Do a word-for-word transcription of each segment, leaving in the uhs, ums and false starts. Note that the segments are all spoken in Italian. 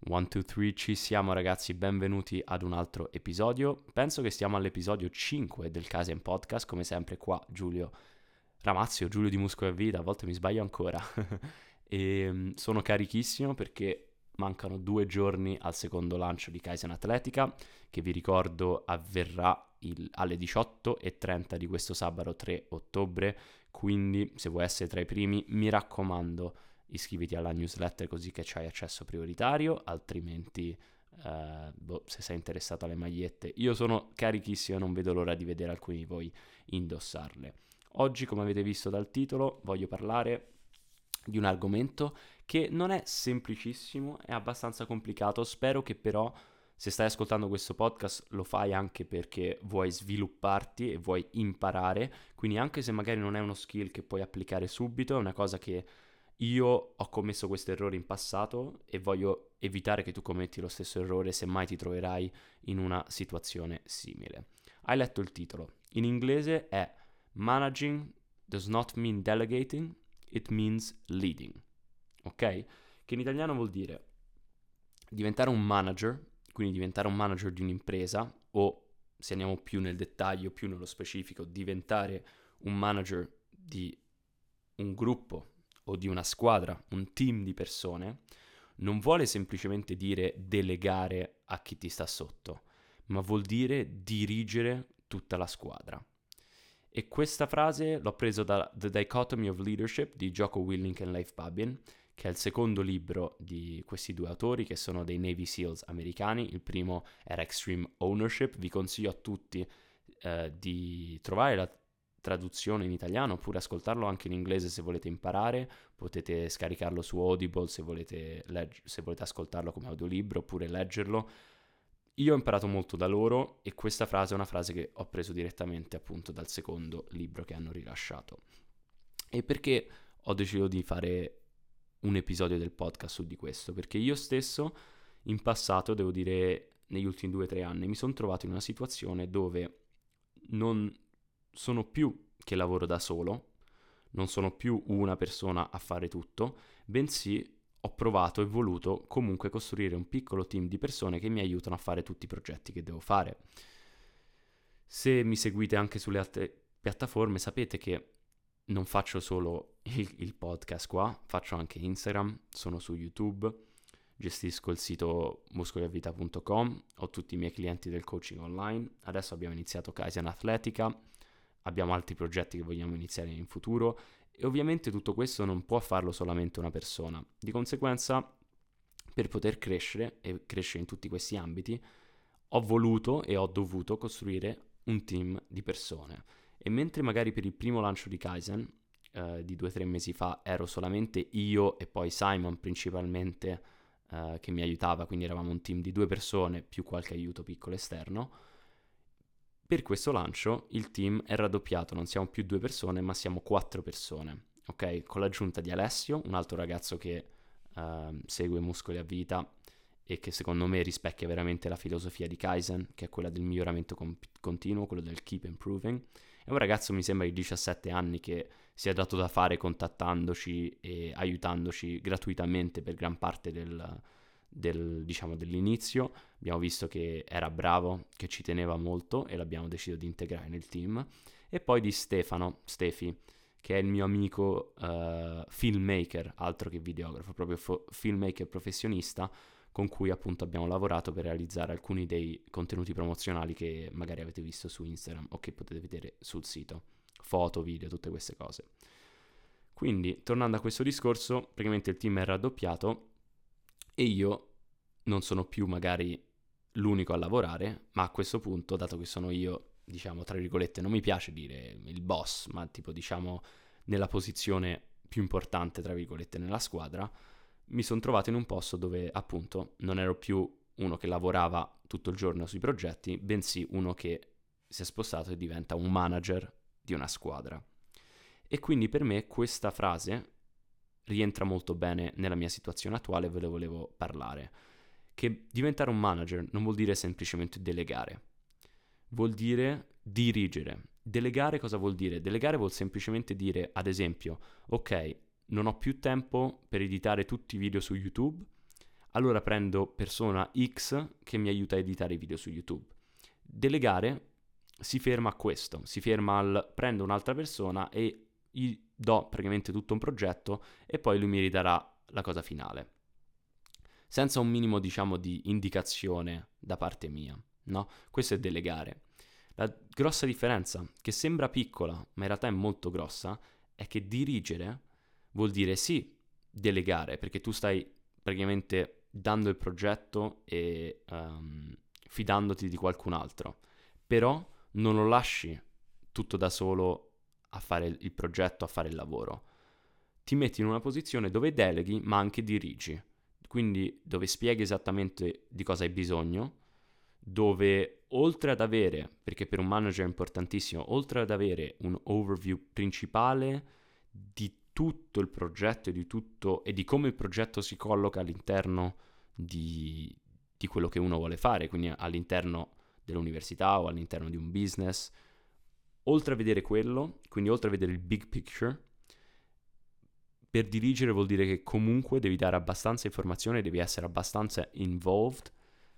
uno, due, tre, ci siamo ragazzi, benvenuti ad un altro episodio. Penso che stiamo all'episodio cinque del Kaizen Podcast, come sempre qua Giulio Ramazio, Giulio di Muscolo e Vita, a volte mi sbaglio ancora. e mm, sono carichissimo perché mancano due giorni al secondo lancio di Kaizen Atletica, che vi ricordo avverrà il- alle diciotto e trenta di questo sabato tre ottobre, quindi se vuoi essere tra i primi mi raccomando iscriviti alla newsletter così che c'hai accesso prioritario, altrimenti eh, boh, se sei interessato alle magliette io sono carichissimo e non vedo l'ora di vedere alcuni di voi indossarle. Oggi, come avete visto dal titolo, voglio parlare di un argomento che non è semplicissimo, è abbastanza complicato. Spero che però, se stai ascoltando questo podcast, lo fai anche perché vuoi svilupparti e vuoi imparare. Quindi anche se magari non è uno skill che puoi applicare subito, è una cosa che io ho commesso questo errore in passato e voglio evitare che tu commetti lo stesso errore se mai ti troverai in una situazione simile. Hai letto il titolo. In inglese è Managing does not mean delegating, it means leading. Ok? Che in italiano vuol dire diventare un manager, quindi diventare un manager di un'impresa, o se andiamo più nel dettaglio, più nello specifico, diventare un manager di un gruppo o di una squadra, un team di persone, non vuole semplicemente dire delegare a chi ti sta sotto, ma vuol dire dirigere tutta la squadra. E questa frase l'ho preso da The Dichotomy of Leadership di Jocko Willink e Leif Babin, che è il secondo libro di questi due autori, che sono dei Navy SEALs americani. Il primo era Extreme Ownership. Vi consiglio a tutti eh, di trovare la traduzione in italiano oppure ascoltarlo anche in inglese se volete imparare. Potete scaricarlo su Audible se volete, legg- se volete ascoltarlo come audiolibro oppure leggerlo. Io ho imparato molto da loro e questa frase è una frase che ho preso direttamente appunto dal secondo libro che hanno rilasciato. E perché ho deciso di fare un episodio del podcast su di questo? Perché io stesso in passato, devo dire negli ultimi due o tre anni, mi sono trovato in una situazione dove non sono più che lavoro da solo, non sono più una persona a fare tutto, bensì ho provato e voluto comunque costruire un piccolo team di persone che mi aiutano a fare tutti i progetti che devo fare. Se mi seguite anche sulle altre piattaforme sapete che non faccio solo il, il podcast qua, faccio anche Instagram, sono su YouTube, gestisco il sito muscoliavita punto com, ho tutti i miei clienti del coaching online, adesso abbiamo iniziato Kaizen Atletica, abbiamo altri progetti che vogliamo iniziare in futuro e ovviamente tutto questo non può farlo solamente una persona. Di conseguenza, per poter crescere e crescere in tutti questi ambiti, ho voluto e ho dovuto costruire un team di persone. E mentre magari per il primo lancio di Kaizen, eh, di due o tre mesi fa, ero solamente io e poi Simon principalmente eh, che mi aiutava, quindi eravamo un team di due persone più qualche aiuto piccolo esterno, per questo lancio il team è raddoppiato, non siamo più due persone ma siamo quattro persone, ok? Con l'aggiunta di Alessio, un altro ragazzo che uh, segue Muscoli a Vita e che secondo me rispecchia veramente la filosofia di Kaizen, che è quella del miglioramento comp- continuo, quello del keep improving. È un ragazzo, mi sembra, di diciassette anni che si è dato da fare contattandoci e aiutandoci gratuitamente per gran parte del, del, diciamo, dell'inizio. Abbiamo visto che era bravo, che ci teneva molto e l'abbiamo deciso di integrare nel team. E poi di Stefano, Stefi, che è il mio amico uh, filmmaker, altro che videografo, proprio fo- filmmaker professionista, con cui appunto abbiamo lavorato per realizzare alcuni dei contenuti promozionali che magari avete visto su Instagram o che potete vedere sul sito, foto, video, tutte queste cose. Quindi, tornando a questo discorso, praticamente il team è raddoppiato e io non sono più magari l'unico a lavorare, ma a questo punto, dato che sono io, diciamo, tra virgolette, non mi piace dire il boss, ma tipo, diciamo, nella posizione più importante, tra virgolette, nella squadra, mi sono trovato in un posto dove appunto non ero più uno che lavorava tutto il giorno sui progetti, bensì uno che si è spostato e diventa un manager di una squadra. E quindi per me questa frase rientra molto bene nella mia situazione attuale e ve ne volevo parlare. Che diventare un manager non vuol dire semplicemente delegare, vuol dire dirigere. Delegare cosa vuol dire? Delegare vuol semplicemente dire, ad esempio, ok, non ho più tempo per editare tutti i video su YouTube, allora prendo persona X che mi aiuta a editare i video su YouTube. Delegare si ferma a questo, si ferma al prendo un'altra persona e gli do praticamente tutto un progetto e poi lui mi ridarà la cosa finale, senza un minimo, diciamo, di indicazione da parte mia, no? Questo è delegare. La grossa differenza, che sembra piccola, ma in realtà è molto grossa, è che dirigere vuol dire sì, delegare, perché tu stai praticamente dando il progetto e um, fidandoti di qualcun altro, però non lo lasci tutto da solo a fare il progetto, a fare il lavoro. Ti metti in una posizione dove deleghi, ma anche dirigi, quindi dove spieghi esattamente di cosa hai bisogno, dove oltre ad avere, perché per un manager è importantissimo, oltre ad avere un overview principale di tutto il progetto e di tutto e di come il progetto si colloca all'interno di, di quello che uno vuole fare, quindi all'interno dell'università o all'interno di un business, oltre a vedere quello, quindi oltre a vedere il big picture, per dirigere vuol dire che comunque devi dare abbastanza informazione, devi essere abbastanza involved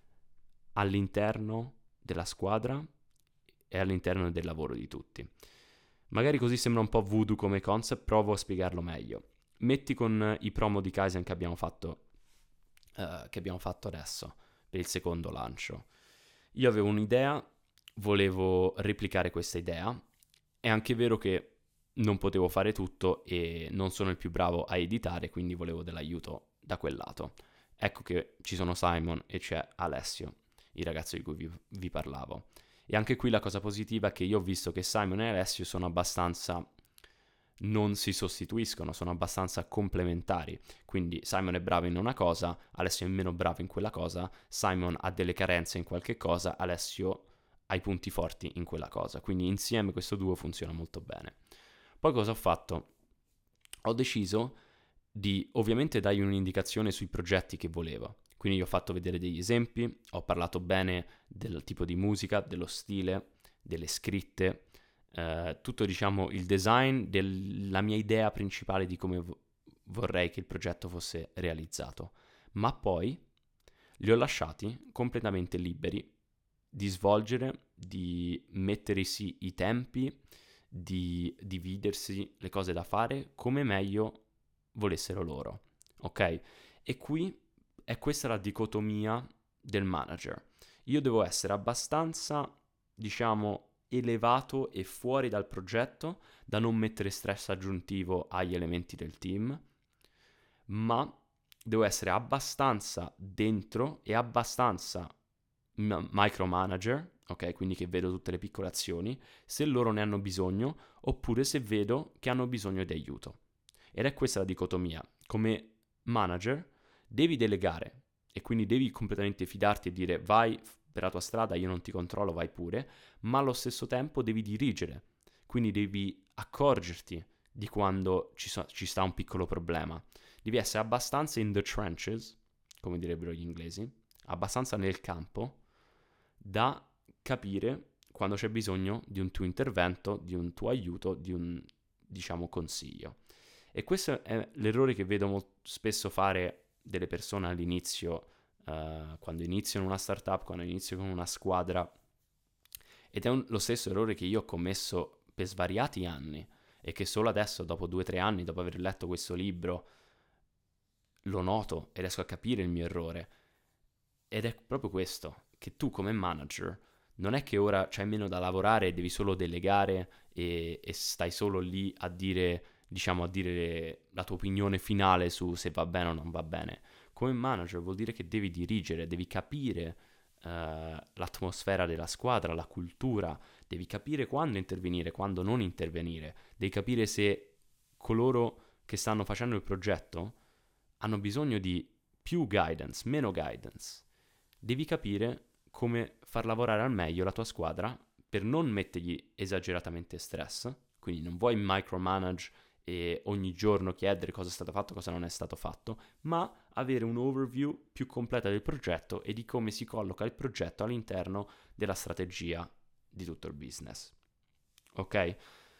all'interno della squadra e all'interno del lavoro di tutti. Magari così sembra un po' voodoo come concept, provo a spiegarlo meglio. Metti con i promo di Kaizen che abbiamo fatto, uh, che abbiamo fatto adesso, per il secondo lancio. Io avevo un'idea, volevo replicare questa idea. È anche vero che non potevo fare tutto e non sono il più bravo a editare, quindi volevo dell'aiuto da quel lato. Ecco che ci sono Simon e c'è Alessio, il ragazzo di cui vi, vi parlavo. E anche qui la cosa positiva è che io ho visto che Simon e Alessio sono abbastanza, non si sostituiscono, sono abbastanza complementari. Quindi Simon è bravo in una cosa, Alessio è meno bravo in quella cosa, Simon ha delle carenze in qualche cosa, Alessio ha i punti forti in quella cosa. Quindi insieme questo duo funziona molto bene. Poi cosa ho fatto? Ho deciso di ovviamente dargli un'indicazione sui progetti che volevo. Quindi gli ho fatto vedere degli esempi, ho parlato bene del tipo di musica, dello stile, delle scritte, eh, tutto diciamo il design, della mia idea principale di come v- vorrei che il progetto fosse realizzato. Ma poi li ho lasciati completamente liberi di svolgere, di mettersi i tempi, di dividersi le cose da fare come meglio volessero loro, ok? E qui è questa la dicotomia del manager. Io devo essere abbastanza, diciamo, elevato e fuori dal progetto da non mettere stress aggiuntivo agli elementi del team, ma devo essere abbastanza dentro e abbastanza m- micromanager, ok? Quindi che vedo tutte le piccole azioni, se loro ne hanno bisogno, oppure se vedo che hanno bisogno di aiuto. Ed è questa la dicotomia. Come manager devi delegare e quindi devi completamente fidarti e dire vai per la tua strada, io non ti controllo, vai pure, ma allo stesso tempo devi dirigere, quindi devi accorgerti di quando ci, so- ci sta un piccolo problema. Devi essere abbastanza in the trenches, come direbbero gli inglesi, abbastanza nel campo, da capire quando c'è bisogno di un tuo intervento, di un tuo aiuto, di un, diciamo, consiglio. E questo è l'errore che vedo molto spesso fare delle persone all'inizio, uh, quando iniziano una startup, quando iniziano con una squadra, ed è un, lo stesso errore che io ho commesso per svariati anni e che solo adesso, dopo due o tre anni, dopo aver letto questo libro, lo noto e riesco a capire il mio errore. Ed è proprio questo, che tu come manager non è che ora c'hai meno da lavorare e devi solo delegare e, e stai solo lì a dire, diciamo, a dire la tua opinione finale su se va bene o non va bene. Come manager vuol dire che devi dirigere, devi capire uh, l'atmosfera della squadra, la cultura, devi capire quando intervenire, quando non intervenire, devi capire se coloro che stanno facendo il progetto hanno bisogno di più guidance, meno guidance. Devi capire come far lavorare al meglio la tua squadra per non mettergli esageratamente stress, quindi non vuoi micromanage e ogni giorno chiedere cosa è stato fatto, cosa non è stato fatto, ma avere un overview più completa del progetto e di come si colloca il progetto all'interno della strategia di tutto il business. Ok?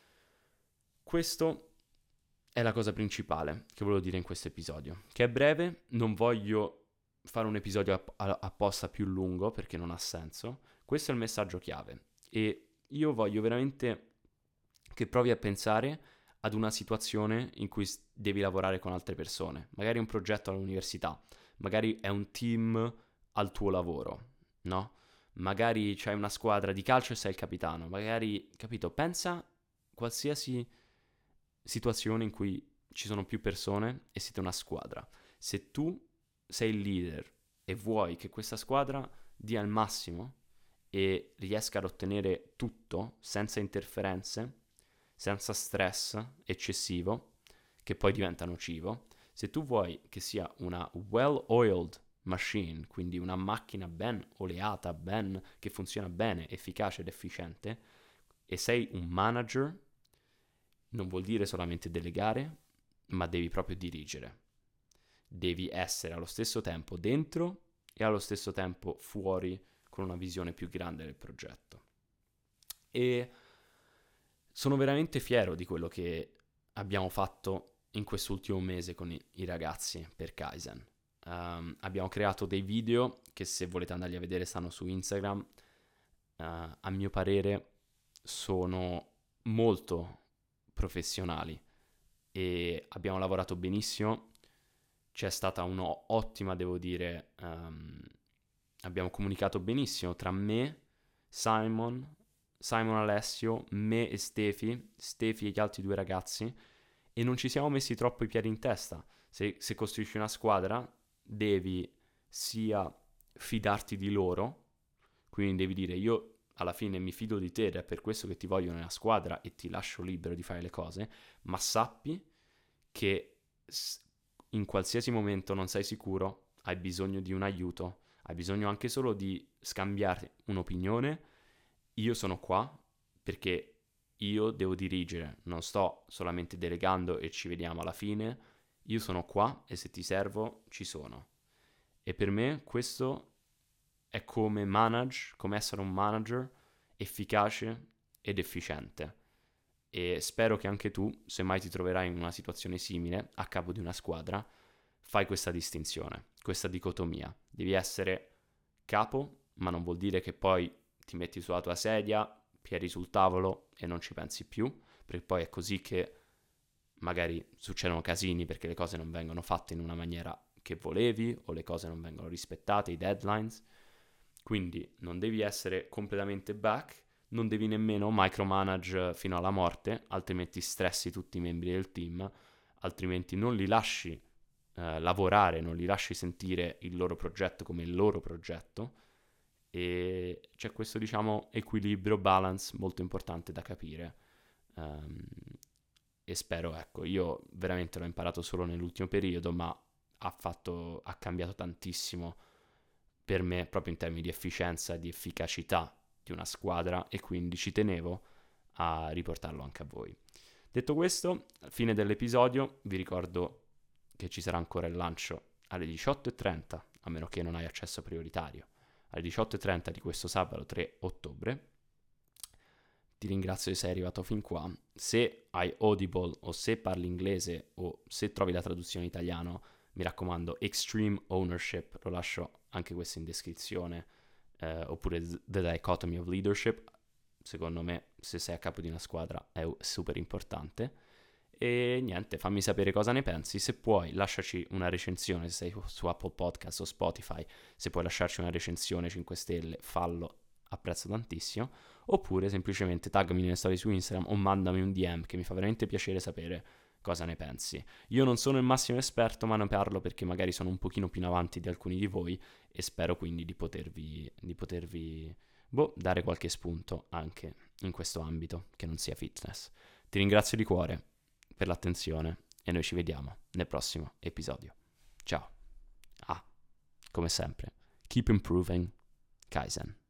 Questo è la cosa principale che volevo dire in questo episodio, che è breve, non voglio fare un episodio app- a- apposta più lungo perché non ha senso. Questo è il messaggio chiave e io voglio veramente che provi a pensare ad una situazione in cui s- devi lavorare con altre persone, magari un progetto all'università, magari è un team al tuo lavoro, no? Magari c'hai una squadra di calcio e sei il capitano, magari, capito? Pensa qualsiasi situazione in cui ci sono più persone e siete una squadra. Se tu sei il leader e vuoi che questa squadra dia il massimo e riesca ad ottenere tutto senza interferenze, senza stress eccessivo, che poi diventa nocivo, se tu vuoi che sia una well-oiled machine, quindi una macchina ben oleata, ben, che funziona bene, efficace ed efficiente, e sei un manager, non vuol dire solamente delegare, ma devi proprio dirigere. Devi essere allo stesso tempo dentro e allo stesso tempo fuori con una visione più grande del progetto. E sono veramente fiero di quello che abbiamo fatto in quest'ultimo mese con i, i ragazzi per Kaizen. Um, abbiamo creato dei video che, se volete andarli a vedere, stanno su Instagram. Uh, a mio parere sono molto professionali e abbiamo lavorato benissimo. C'è stata un'ottima, devo dire, um, abbiamo comunicato benissimo tra me, Simon, Simon Alessio, me e Stefi, Stefi e gli altri due ragazzi, e non ci siamo messi troppo i piedi in testa. Se, se costruisci una squadra, devi sia fidarti di loro, quindi devi dire: io alla fine mi fido di te ed è per questo che ti voglio nella squadra e ti lascio libero di fare le cose, ma sappi che in qualsiasi momento non sei sicuro, hai bisogno di un aiuto, hai bisogno anche solo di scambiare un'opinione. Io sono qua perché io devo dirigere, non sto solamente delegando e ci vediamo alla fine. Io sono qua e se ti servo ci sono. E per me questo è come manage, come essere un manager efficace ed efficiente. E spero che anche tu, se mai ti troverai in una situazione simile, a capo di una squadra, fai questa distinzione, questa dicotomia. Devi essere capo, ma non vuol dire che poi ti metti sulla tua sedia, piedi sul tavolo e non ci pensi più, perché poi è così che magari succedono casini perché le cose non vengono fatte in una maniera che volevi o le cose non vengono rispettate, i deadlines. Quindi non devi essere completamente back, non devi nemmeno micromanage fino alla morte, altrimenti stressi tutti i membri del team, altrimenti non li lasci eh, lavorare, non li lasci sentire il loro progetto come il loro progetto, e c'è questo, diciamo, equilibrio, balance molto importante da capire. Um, e spero, ecco, io veramente l'ho imparato solo nell'ultimo periodo, ma ha fatto, ha cambiato tantissimo per me proprio in termini di efficienza e di efficacità di una squadra, e quindi ci tenevo a riportarlo anche a voi. Detto questo, alla fine dell'episodio vi ricordo che ci sarà ancora il lancio alle diciotto e trenta, a meno che non hai accesso prioritario, alle diciotto e trenta di questo sabato tre ottobre. Ti ringrazio che sei arrivato fin qua. Se hai Audible o se parli inglese o se trovi la traduzione in italiano, mi raccomando, Extreme Ownership, lo lascio anche questo in descrizione, eh, oppure The Dichotomy of Leadership. Secondo me, se sei a capo di una squadra, è super importante. E niente, fammi sapere cosa ne pensi. Se puoi, lasciaci una recensione, se sei su Apple Podcast o Spotify, se puoi lasciarci una recensione cinque stelle, fallo, apprezzo tantissimo. Oppure semplicemente taggami nelle storie su Instagram o mandami un D M, che mi fa veramente piacere sapere cosa ne pensi. Io non sono il massimo esperto, ma ne parlo perché magari sono un pochino più in avanti di alcuni di voi, e spero quindi di potervi, di potervi boh, dare qualche spunto anche in questo ambito che non sia fitness. Ti ringrazio di cuore per l'attenzione e noi ci vediamo nel prossimo episodio. Ciao. Ah, come sempre, keep improving, Kaizen.